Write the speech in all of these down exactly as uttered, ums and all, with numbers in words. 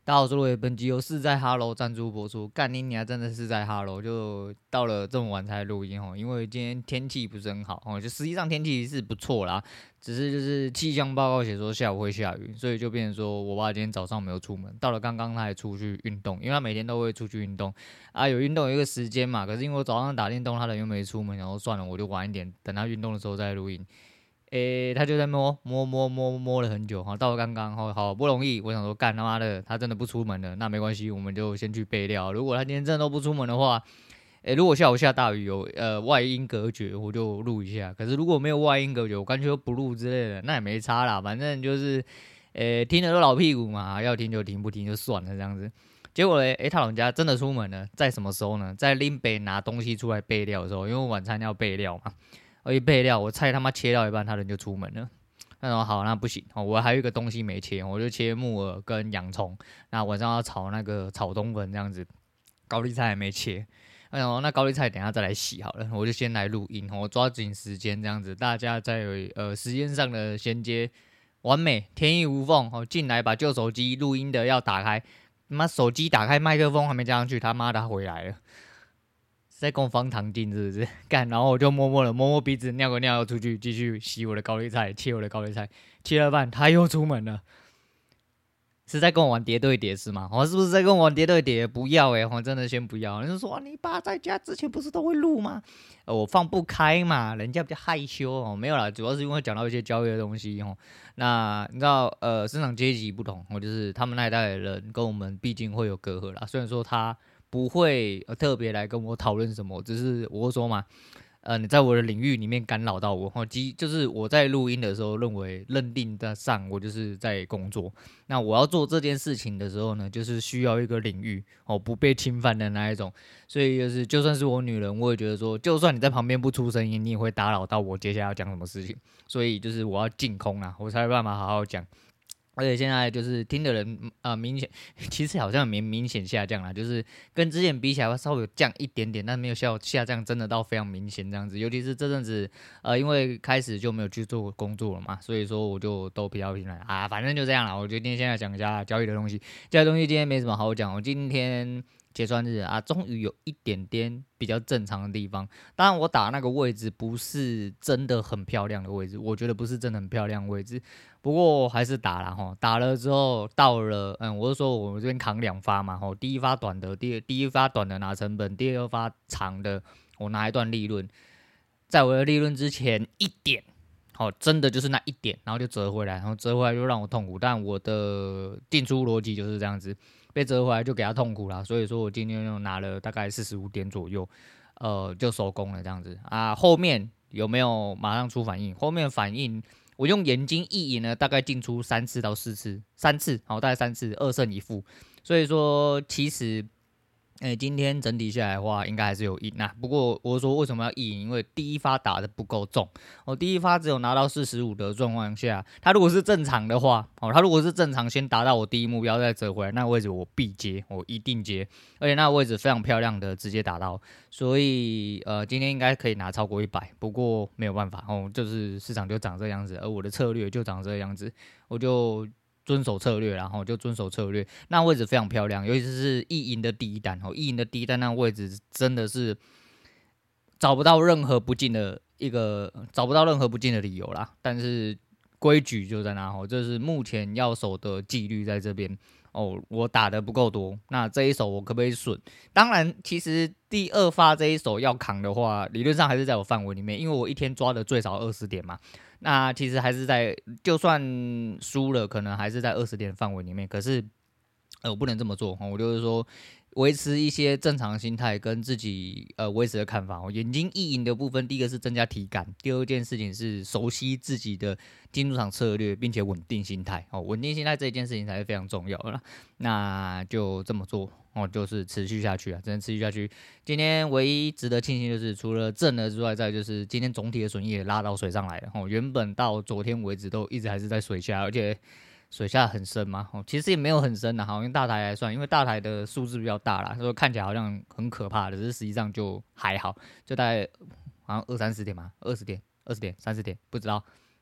大家好，我是罗伟，本集由是在哈喽赞助播出。干你娘，真的是在哈喽，就到了这么晚才录音哦，因为今天天气不是很好哦，就实际上天气是不错啦，只是就是气象报告写说下午会下雨，所以就变成说我爸今天早上没有出门，到了刚刚他还出去运动，因为他每天都会出去运动啊，有运动有一个时间嘛，可是因为我早上打电动，他人又没出门，然后算了，我就晚一点，等他运动的时候再录音。诶、他就在摸摸摸摸摸了很久哈，到了刚刚哈，好不容易，我想说干他妈的，他真的不出门了，那没关系，我们就先去备料。如果他今天真的都不出门的话，诶、如果下午下大雨有呃外音隔绝，我就录一下。可是如果没有外音隔绝，我干脆就不录之类的，那也没差啦，反正就是诶、听着都老屁股嘛，要听就听，不听就算了这样子。结果嘞，诶、他老人家真的出门了，在什么时候呢？在林北拿东西出来备料的时候，因为晚餐要备料嘛。我一备料，我菜他妈切到一半，他人就出门了。那说好，那不行，我还有一个东西没切，我就切木耳跟洋葱。那晚上要炒那个炒冬粉这样子，高丽菜还没切。哎呦，那高丽菜等一下再来洗好了，我就先来录音，我抓紧时间这样子，大家在有呃时间上的衔接完美，天衣无缝。哦，进来把旧手机录音的要打开，他妈手机打开麦克风还没加上去，他妈的他回来了。在跟我放糖精是不是？干，然后我就摸摸了，摸摸鼻子，尿个尿又出去，继续洗我的高丽菜，切我的高丽菜，切了半，他又出门了，是在跟我玩叠对叠是吗？我、哦、是不是在跟我玩叠对叠？不要哎、欸，我真的先不要。人家说、啊、你爸在家之前不是都会录吗？呃，我放不开嘛，人家比较害羞哦，没有啦，主要是因为讲到一些教育的东西哦。那你知道，呃，生长阶级不同，我、哦、就是他们那一代的人跟我们毕竟会有隔阂啦。虽然说他。不会、呃、特别来跟我讨论什么，只是我会说嘛，呃，你在我的领域里面干扰到我，或即就是我在录音的时候认为认定的上我就是在工作，那我要做这件事情的时候呢，就是需要一个领域哦，不被侵犯的那一种，所以就是就算是我女人，我也觉得说，就算你在旁边不出声音，你也会打扰到我接下来要讲什么事情，所以就是我要净空啊，我才有办法好好讲。而且现在就是听的人，呃，明显其实好像明明显下降了，就是跟之前比起来稍微有降一点点，但没有下下降真的到非常明显这样子。尤其是这阵子，呃，因为开始就没有去做工作了嘛，所以说我就都比较平了啊，反正就这样了。我决定现在讲一下交易的东西，交易东西今天没什么好讲，我今天。结算日啊，终于有一点点比较正常的地方。当然，我打那个位置不是真的很漂亮的位置，我觉得不是真的很漂亮的位置。不过还是打了哈，打了之后到了，嗯，我就说我这边扛两发嘛，吼，第一发短的，第第一发短的拿成本，第二发长的我拿一段利润，在我的利润之前一点。好，真的就是那一点，然后就折回来，然后折回来就让我痛苦。但我的进出逻辑就是这样子，被折回来就给他痛苦啦。所以说我今天又拿了大概四十五点左右，呃，就收工了这样子啊。后面有没有马上出反应？后面反应我用眼睛一眼呢，大概进出三次到四次，三次，好，大概三次，二胜一负。所以说其实。哎、欸，今天整体下来的话，应该还是有赢啊。不过我说为什么要赢？因为第一发打的不够重，我、哦、第一发只有拿到四十五的状况下，他如果是正常的话，哦，他如果是正常先达到我第一目标再折回来，那个位置我必接，我一定接，而且那个位置非常漂亮的直接打到，所以呃，今天应该可以拿超过一百。不过没有办法哦，就是市场就长这样子，而我的策略就长这样子，我就。遵守策略，然后就遵守策略。那位置非常漂亮，尤其是意赢的第一单哦，意赢的第一单那位置真的是找不到任何不进的一个，找不到任何不进的理由啦。但是规矩就在那哦，这是目前要守的纪律在这边哦。我打的不够多，那这一手我可不可以顺？当然，其实第二发这一手要扛的话，理论上还是在我范围里面，因为我一天抓的最少二十点嘛。那其实还是在，就算输了，可能还是在二十点范围里面。可是，呃，我不能这么做，我就是说，维持一些正常的心态跟自己呃维持的看法。眼睛意赢的部分，第一个是增加体感，第二件事情是熟悉自己的进入场策略，并且稳定心态。哦，稳定心态这一件事情才是非常重要的啦。那就这么做。哦，就是持续下去啊，真的持续下去。今天唯一值得庆幸就是，除了正的之外，再就是今天总体的损益也拉到水上来了。哦，原本到昨天为止都一直还是在水下，而且水下很深嘛。哦，其实也没有很深的，好，用大台来算，因为大台的数字比较大啦，所以说看起来好像很可怕的，只是实际上就还好，就大概好像二三十点嘛，二十点、二十点、三十点，不知道。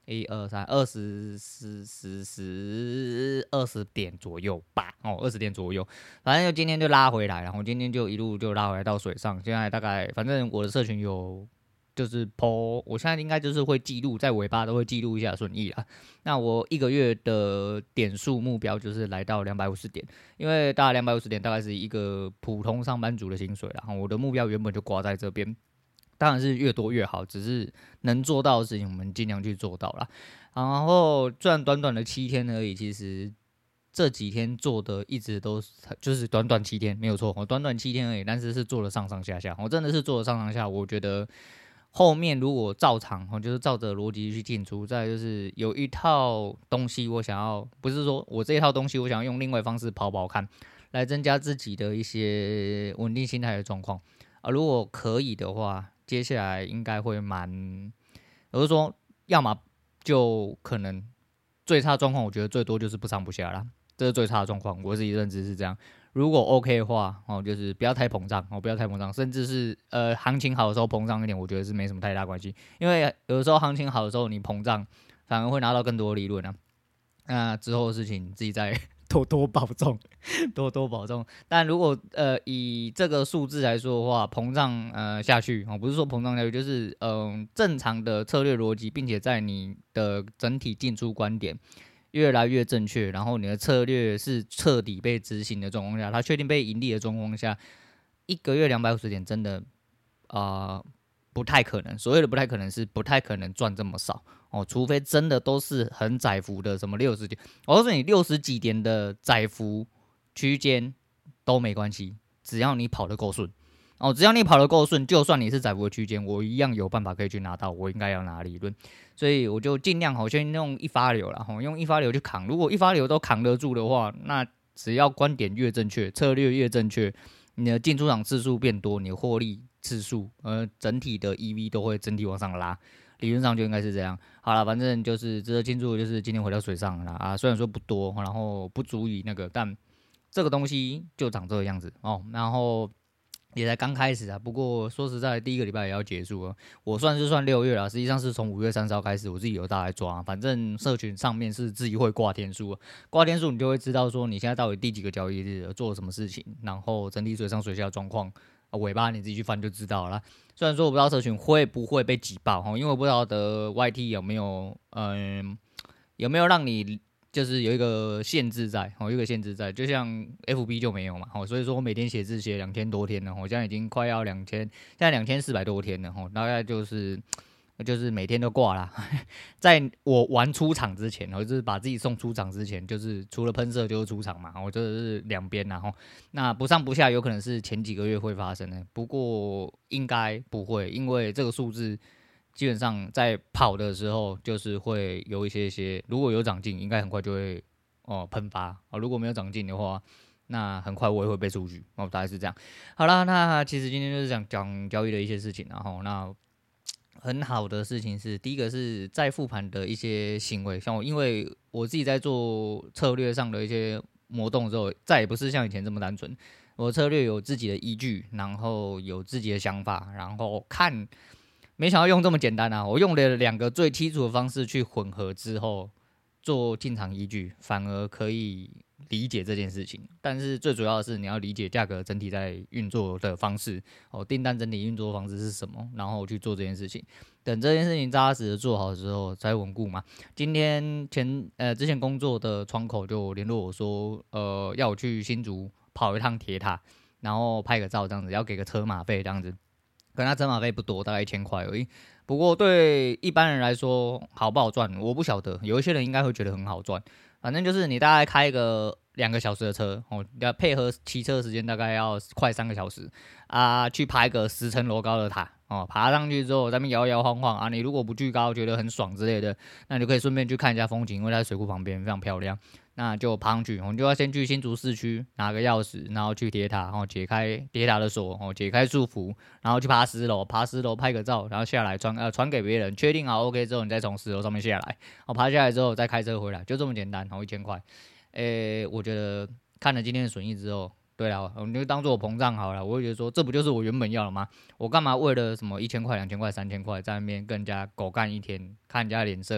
一二三二十十十十二十点左右吧，哦，二十点左右，反正就今天就拉回来，然后今天就一路就拉回来到水上，现在大概反正我的社群有。就是 po， 我现在应该就是会记录，在尾巴都会记录一下损益啦。那我一个月的点数目标就是来到两百五十点，因为大概两百五十点大概是一个普通上班族的薪水啦。我的目标原本就挂在这边，当然是越多越好，只是能做到的事情我们尽量去做到啦。然后虽然短短的七天而已，其实这几天做的一直都是就是短短七天，没有错，我短短七天而已，但是是做了上上下下，我真的是做了上上下，我觉得。后面如果照常，就是照着逻辑去进出，再就是有一套东西我想要，不是说我这一套东西我想要用另外方式跑跑看，来增加自己的一些稳定心态的状况啊。如果可以的话，接下来应该会蛮，我是说，要么就可能最差状况，我觉得最多就是不上不下啦，这是最差的状况，我自己认知是这样。如果 OK 的话，哦，就是不要太膨胀，哦，不要太膨胀，甚至是呃行情好的时候膨胀一点，我觉得是没什么太大关系。因为有的时候行情好的时候，你膨胀反而会拿到更多的利润啊。那之后的事情自己再多多保重，多多保重。但如果呃以这个数字来说的话，膨胀呃下去，哦，不是说膨胀下去，就是嗯、呃、正常的策略逻辑，并且在你的整体进出观点。越来越正确，然后你的策略是彻底被执行的状况下，它确定被盈利的状况下，一个月两百五十点真的啊、呃、不太可能。所谓的不太可能是不太可能赚这么少哦，除非真的都是很窄幅的，什么六十点，我告诉你六十几点的窄幅区间都没关系，只要你跑得够顺。哦，只要你跑得够顺，就算你是窄幅的区间，我一样有办法可以去拿到我应该要拿的利润，所以我就尽量好先用一发流啦，用一发流去扛。如果一发流都扛得住的话，那只要观点越正确，策略越正确，你的进出场次数变多，你的获利次数，呃，整体的 E V 都会整体往上拉。理论上就应该是这样。好了，反正就是值得庆祝的就是今天回到水上了啊，虽然说不多，然后不足以那个，但这个东西就长这个样子哦，然后。也才刚开始啊，不过说实在，第一个礼拜也要结束了。我算是算六月了，实际上是从五月三十号开始，我自己有大来抓。反正社群上面是自己会挂天数，挂天数你就会知道说你现在到底第几个交易日做了什么事情，然后整体水上水下的状况，尾巴你自己去翻就知道了。虽然说我不知道社群会不会被挤爆，因为我不知道的 Y T 有没有，嗯，有没有让你。就是有一个限制在，哦，有一个限制在，就像 F B 就没有嘛，哦，所以说我每天写字写两千多天了，我现在已经快要两千，现在两千四百多天了，哦，大概就是就是每天都挂啦。在我玩出场之前，我就是把自己送出场之前，就是除了喷射就是出场嘛，我就是两边然后那不上不下有可能是前几个月会发生的，不过应该不会，因为这个数字。基本上在跑的时候，就是会有一些些，如果有长进，应该很快就会哦喷发哦。如果没有长进的话，那很快我也会被出局哦，大概是这样。好啦，那其实今天就是讲讲交易的一些事情，然后那很好的事情是，第一个是在复盘的一些行为，像我因为我自己在做策略上的一些磨动之后，再也不是像以前这么单纯，我策略有自己的依据，然后有自己的想法，然后看。没想到用这么简单啊！我用了两个最基础的方式去混合之后做进场依据，反而可以理解这件事情。但是最主要的是你要理解价格整体在运作的方式，哦，订单整体运作方式是什么，然后去做这件事情。等这件事情扎实的做好之后才稳固嘛。今天前呃之前工作的窗口就联络我说，呃要我去新竹跑一趟铁塔，然后拍个照这样子，要给个车马费这样子。跟他车马费不多，大概一千块而已。不过对一般人来说，好不好赚，我不晓得。有一些人应该会觉得很好赚。反正就是你大概开个两个小时的车，哦，要配合骑车的时间大概要快三个小时啊，去爬一个十层楼高的塔，哦，爬上去之后在那边摇摇晃晃啊。你如果不惧高，觉得很爽之类的，那你就可以顺便去看一下风景，因为在水库旁边非常漂亮。那就爬上去，我们就要先去新竹市区拿个钥匙，然后去铁塔，然后解开铁塔的锁，哦，解开束缚，然后去爬十楼，爬十楼拍个照，然后下来传呃传给别人，确定好 OK 之后，你再从十楼上面下来，哦，爬下来之后再开车回来，就这么简单，然后一千块，诶，我觉得看了今天的损益之后。对了，我们就当做我膨胀好了。我会觉得说，这不就是我原本要的吗？我干嘛为了什么一千块、两千块、三千块，在那边跟人家狗干一天，看人家脸色，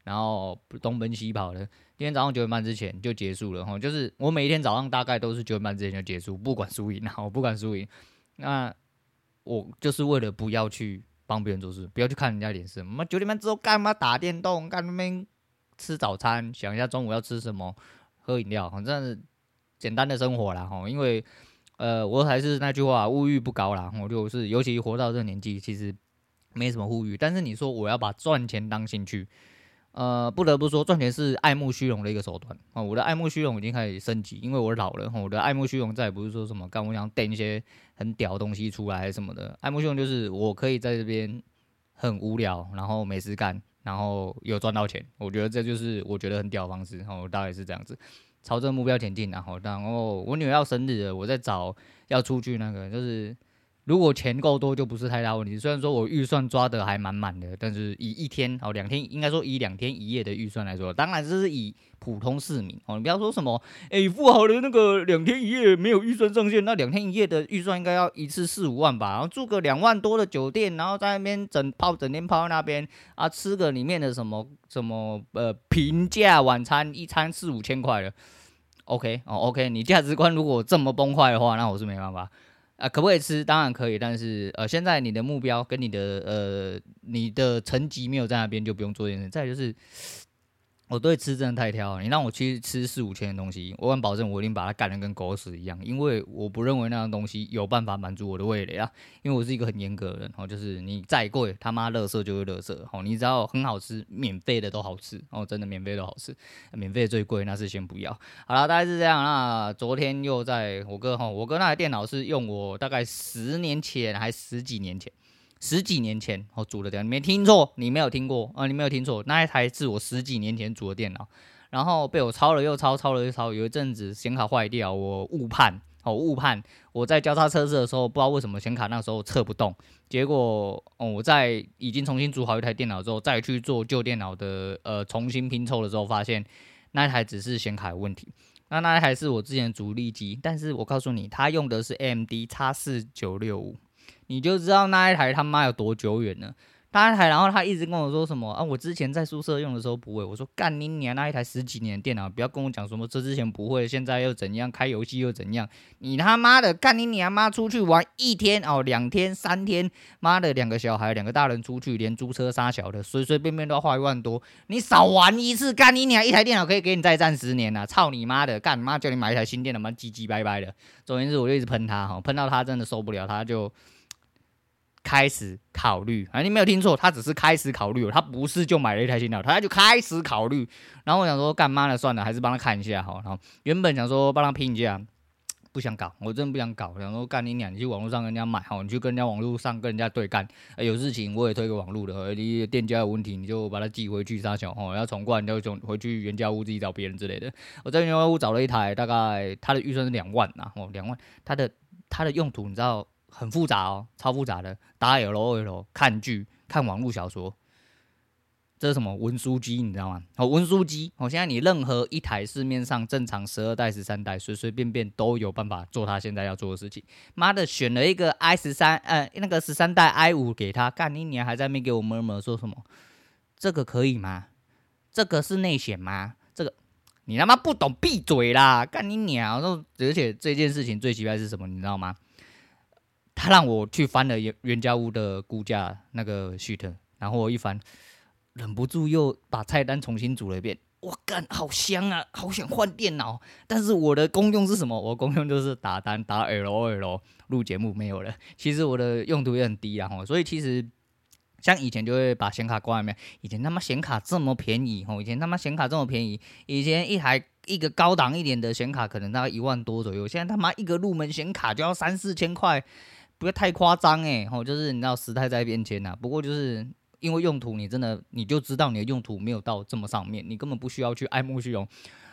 然后东奔西跑的。今天早上九点半之前就结束了哈，就是我每一天早上大概都是九点半之前就结束，不管输赢啊，我不管输赢。那我就是为了不要去帮别人做事，不要去看人家脸色。妈九点半之后干嘛打电动，干那边吃早餐，想一下中午要吃什么，喝饮料，这样子简单的生活啦哈。因为呃，我还是那句话，物欲不高啦，我就是尤其活到这个年纪，其实没什么物欲。但是你说我要把赚钱当兴趣。呃，不得不说，赚钱是爱慕虚荣的一个手段哦。我的爱慕虚荣已经开始升级，因为我老了。我的爱慕虚荣再也不是说什么干我想垫一些很屌的东西出来还是什么的。爱慕虚荣就是我可以在这边很无聊，然后没事干，然后有赚到钱。我觉得这就是我觉得很屌的方式。哦，大概是这样子，朝这个目标前进。然后，然后我女儿要生日了，我在找要出去那个就是。如果钱够多，就不是太大问题。虽然说我预算抓的还满满的，但是以一天哦两天，应该说以两天一夜的预算来说，当然这是以普通市民哦，你不要说什么哎富豪的那个两天一夜没有预算上限，那两天一夜的预算应该要一次四五万吧，然后住个两万多的酒店，然后在那边整泡整天泡在那边啊，吃个里面的什么什么呃平价晚餐，一餐四五千块的 ，OK 哦 OK， 你价值观如果这么崩坏的话，那我是没办法。啊，可不可以吃？当然可以，但是呃，现在你的目标跟你的呃你的层级没有在那边，就不用做这件事。再来就是，我对吃真的太挑了，你让我去吃四五千的东西，我敢保证我一定把它干得跟狗屎一样，因为我不认为那样东西有办法满足我的味蕾啊。因为我是一个很严格的人，哦，就是你再贵，他妈垃圾就是垃圾，哦，你只要很好吃，免费的都好吃，哦，真的免费都好吃，免费最贵那是先不要。好了，大概是这样。那昨天又在我哥哈，我哥那台电脑是用我大概十年前还十几年前。十几年前我组的电脑，你没听错，你没有听过啊、呃，你没有听错，那一台是我十几年前组的电脑，然后被我抄了又抄，抄了又抄，有一阵子显卡坏掉，我误判，哦误判，我在交叉测试的时候，不知道为什么显卡那时候测不动，结果哦我在已经重新组好一台电脑之后，再去做旧电脑的呃重新拼凑的时候，发现那一台只是显卡有问题。那那一台是我之前的主力机，但是我告诉你，它用的是 A M D X 四九六五。你就知道那一台他妈有多久远了。那一台，然后他一直跟我说什么啊？我之前在宿舍用的时候不会。我说干你娘！那一台十几年的电脑，不要跟我讲什么这之前不会，现在又怎样？开游戏又怎样？你他妈的干你娘妈！出去玩一天哦，两天、三天，妈的两个小孩、两个大人出去，连租车杀小的，随随便便都要花一万多。你少玩一次，干你娘！一台电脑可以给你再战十年啊！操你妈的！干你妈叫你买一台新电脑，妈唧唧掰掰的。总而言之，我就一直喷他哈，喷到他真的受不了，他就。开始考虑啊，你没有听错，他只是开始考虑，他不是就买了一台新电脑，他就开始考虑。然后我想说，干妈的算了，还是帮他看一下好。然后原本想说帮他拼一下，不想搞，我真的不想搞。想说干你娘，你去网络上跟人家买好，你去跟人家网络上跟人家对干、呃，有事情我也推个网络的，你店家有问题你就把它寄回去杀小哦，要重灌你就回去原家屋自己找别人之类的。我在原家屋找了一台，大概他的预算是两万呐，哦两万，他的他的用途你知道？很复杂哦，超复杂的，打 L O L 看剧、看网络小说，这是什么文书机？你知道吗？哦，文书机，哦，现在你任何一台市面上正常十二代、十三代，随随便便都有办法做他现在要做的事情。妈的，选了一个 i 十三，呃，那个十三代 i 五给他，干你娘还在那边给我 murmur 说什么？这个可以吗？这个是内显吗？这个你他妈不懂，闭嘴啦！干你娘！而且这件事情最奇怪是什么？你知道吗？他让我去翻了原家屋的估价那个 sheet， 然后我一翻，忍不住又把菜单重新组了一遍。我干，好香啊，好想换电脑。但是我的功用是什么？我的功用就是打单、打 L O L、录节目没有了。其实我的用途也很低啦，所以其实像以前就会把显卡挂在那边。以前他妈显卡这么便宜，以前他妈显卡这么便宜，以前一台。一个高档一点的显卡可能大概一万多左右，现在他妈一个入门显卡就要三四千块，不要太夸张哎！吼，就是你知道时代在变迁呐、啊，不过就是因为用途，你真的你就知道你的用途没有到这么上面，你根本不需要去爱慕虚荣。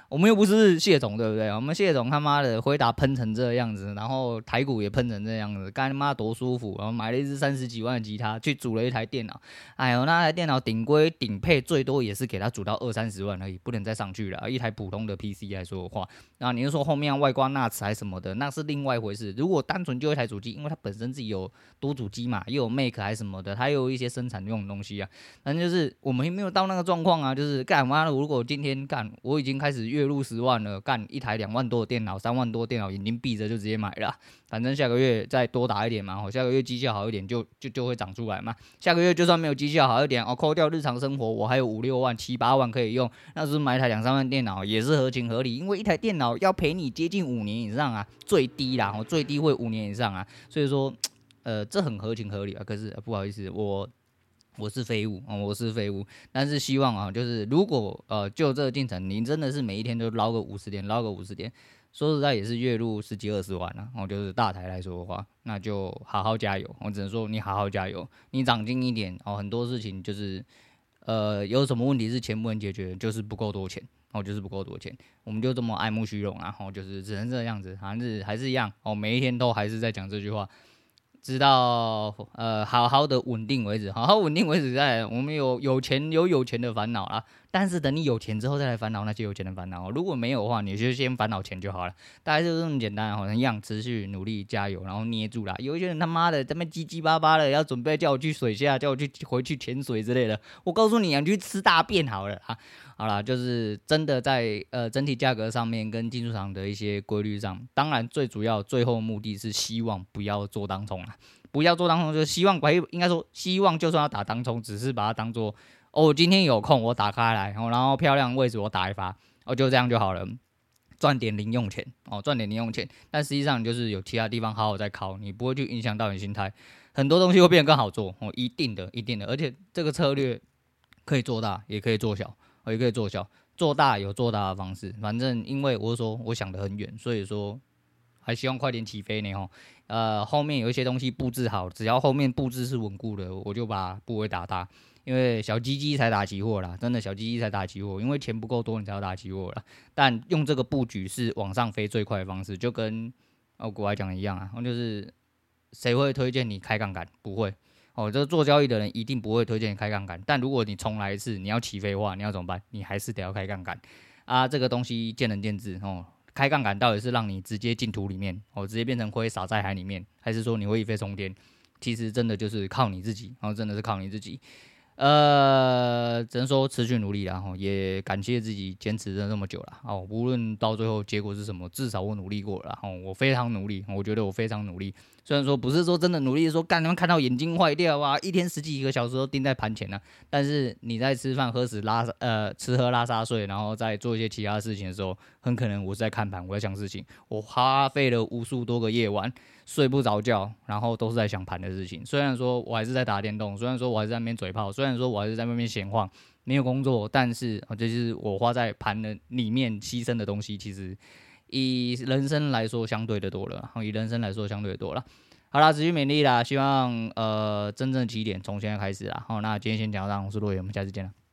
我们又不是谢总，对不对？我们谢总他妈的回答喷成这样子，然后台股也喷成这样子，干他妈多舒服！然后买了一支三十几万的吉他，去组了一台电脑。哎呦，那台电脑顶规顶配最多也是给他组到二三十万而已，不能再上去了。一台普通的 P C 来说的话，那你就说后面要外挂纳齿还什么的，那是另外一回事。如果单纯就一台主机，因为它本身自己有多主机嘛，又有 Make 还什么的，它又有一些生产用的东西啊。反正就是我们没有到那个状况啊，就是干妈的，如果今天干我已经开始月入十万了，干一台两万多的电脑、三万多的电脑，眼睛闭着就直接买了。反正下个月再多打一点嘛，下个月绩效好一点就就就会长出来嘛。下个月就算没有绩效好一点，哦，扣掉日常生活，我还有五六万、七八万可以用，那是买一台两三万电脑也是合情合理，因为一台电脑要陪你接近五年以上啊，最低啦，最低会五年以上啊，所以说，呃，这很合情合理啊。可是、呃、不好意思，我。我是废物、哦、我是废物，但是希望啊，就是如果呃就这个进程，你真的是每一天都捞个五十点，捞个五十点，说实在也是月入十几二十万了、啊。哦，就是大台来说的话，那就好好加油。我只能说你好好加油，你长进一点哦。很多事情就是呃有什么问题是钱不能解决，就是不够多钱。哦，就是不够多钱，我们就这么爱慕虚荣啊，然、哦、就是只能这样子，还是还是一样哦，每一天都还是在讲这句话。直到呃好好的稳定为止，好好稳定为止在。我们有有钱有有钱的烦恼啦，但是等你有钱之后再来烦恼那些有钱的烦恼。如果没有的话，你就先烦恼钱就好了，大概就是这么简单。好像一样，持续努力加油，然后捏住啦。有一些人他妈的在那边唧唧巴巴的，要准备叫我去水下，叫我去回去潜水之类的。我告诉你啊，你去吃大便好了啊。好啦，就是真的在呃整体价格上面跟技术上的一些规律上，当然最主要最后目的是希望不要做当冲啦，不要做当冲，就是希望应该说希望就算要打当冲，只是把它当做哦今天有空我打开来，然后漂亮位置我打一发，哦就这样就好了。赚点零用钱哦，赚点零用钱，但实际上就是有其他地方好好在考，你不会去影响到你心态，很多东西会变得更好做哦，一定的，一定的，而且这个策略可以做大，也可以做小。也可以做小，做大有做大的方式。反正因为我说我想得很远，所以说还希望快点起飞呢吼。呃，后面有一些东西布置好，只要后面布置是稳固的，我就把部位打大。因为小鸡鸡才打期货啦，真的小鸡鸡才打期货，因为钱不够多你才要打期货啦。但用这个布局是往上飞最快的方式，就跟哦国外讲的一样啊，就是谁会推荐你开杠杆？不会。哦，这做交易的人一定不会推荐你开杠杆，但如果你重来一次，你要起飞的话，你要怎么办？你还是得要开杠杆啊！这个东西见仁见智哦。开杠杆到底是让你直接进土里面，哦，直接变成灰撒在海里面，还是说你会一飞冲天？其实真的就是靠你自己，然后真的是靠你自己。呃，只能说持续努力啦，吼，也感谢自己坚持了那么久了，哦，无论到最后结果是什么，至少我努力过了，哦，我非常努力，我觉得我非常努力。虽然说不是说真的努力，说干他们看到眼睛坏掉啊，一天十几个小时都盯在盘前啊，但是你在吃饭、喝食、拉呃吃喝拉撒睡，然后再做一些其他事情的时候，很可能我是在看盘，我在想事情，我花费了无数多个夜晚。睡不着觉，然后都是在想盘的事情。虽然说我还是在打电动，虽然说我还是在那边嘴炮，虽然说我还是在那边闲晃，没有工作，但是这就是我花在盘的里面牺牲的东西，其实以人生来说相对的多了，以人生来说相对的多了。好啦，持续勉励啦，希望呃真正的起点从现在开始啦。好，那今天先讲到这，我是洛野，我们下次见了。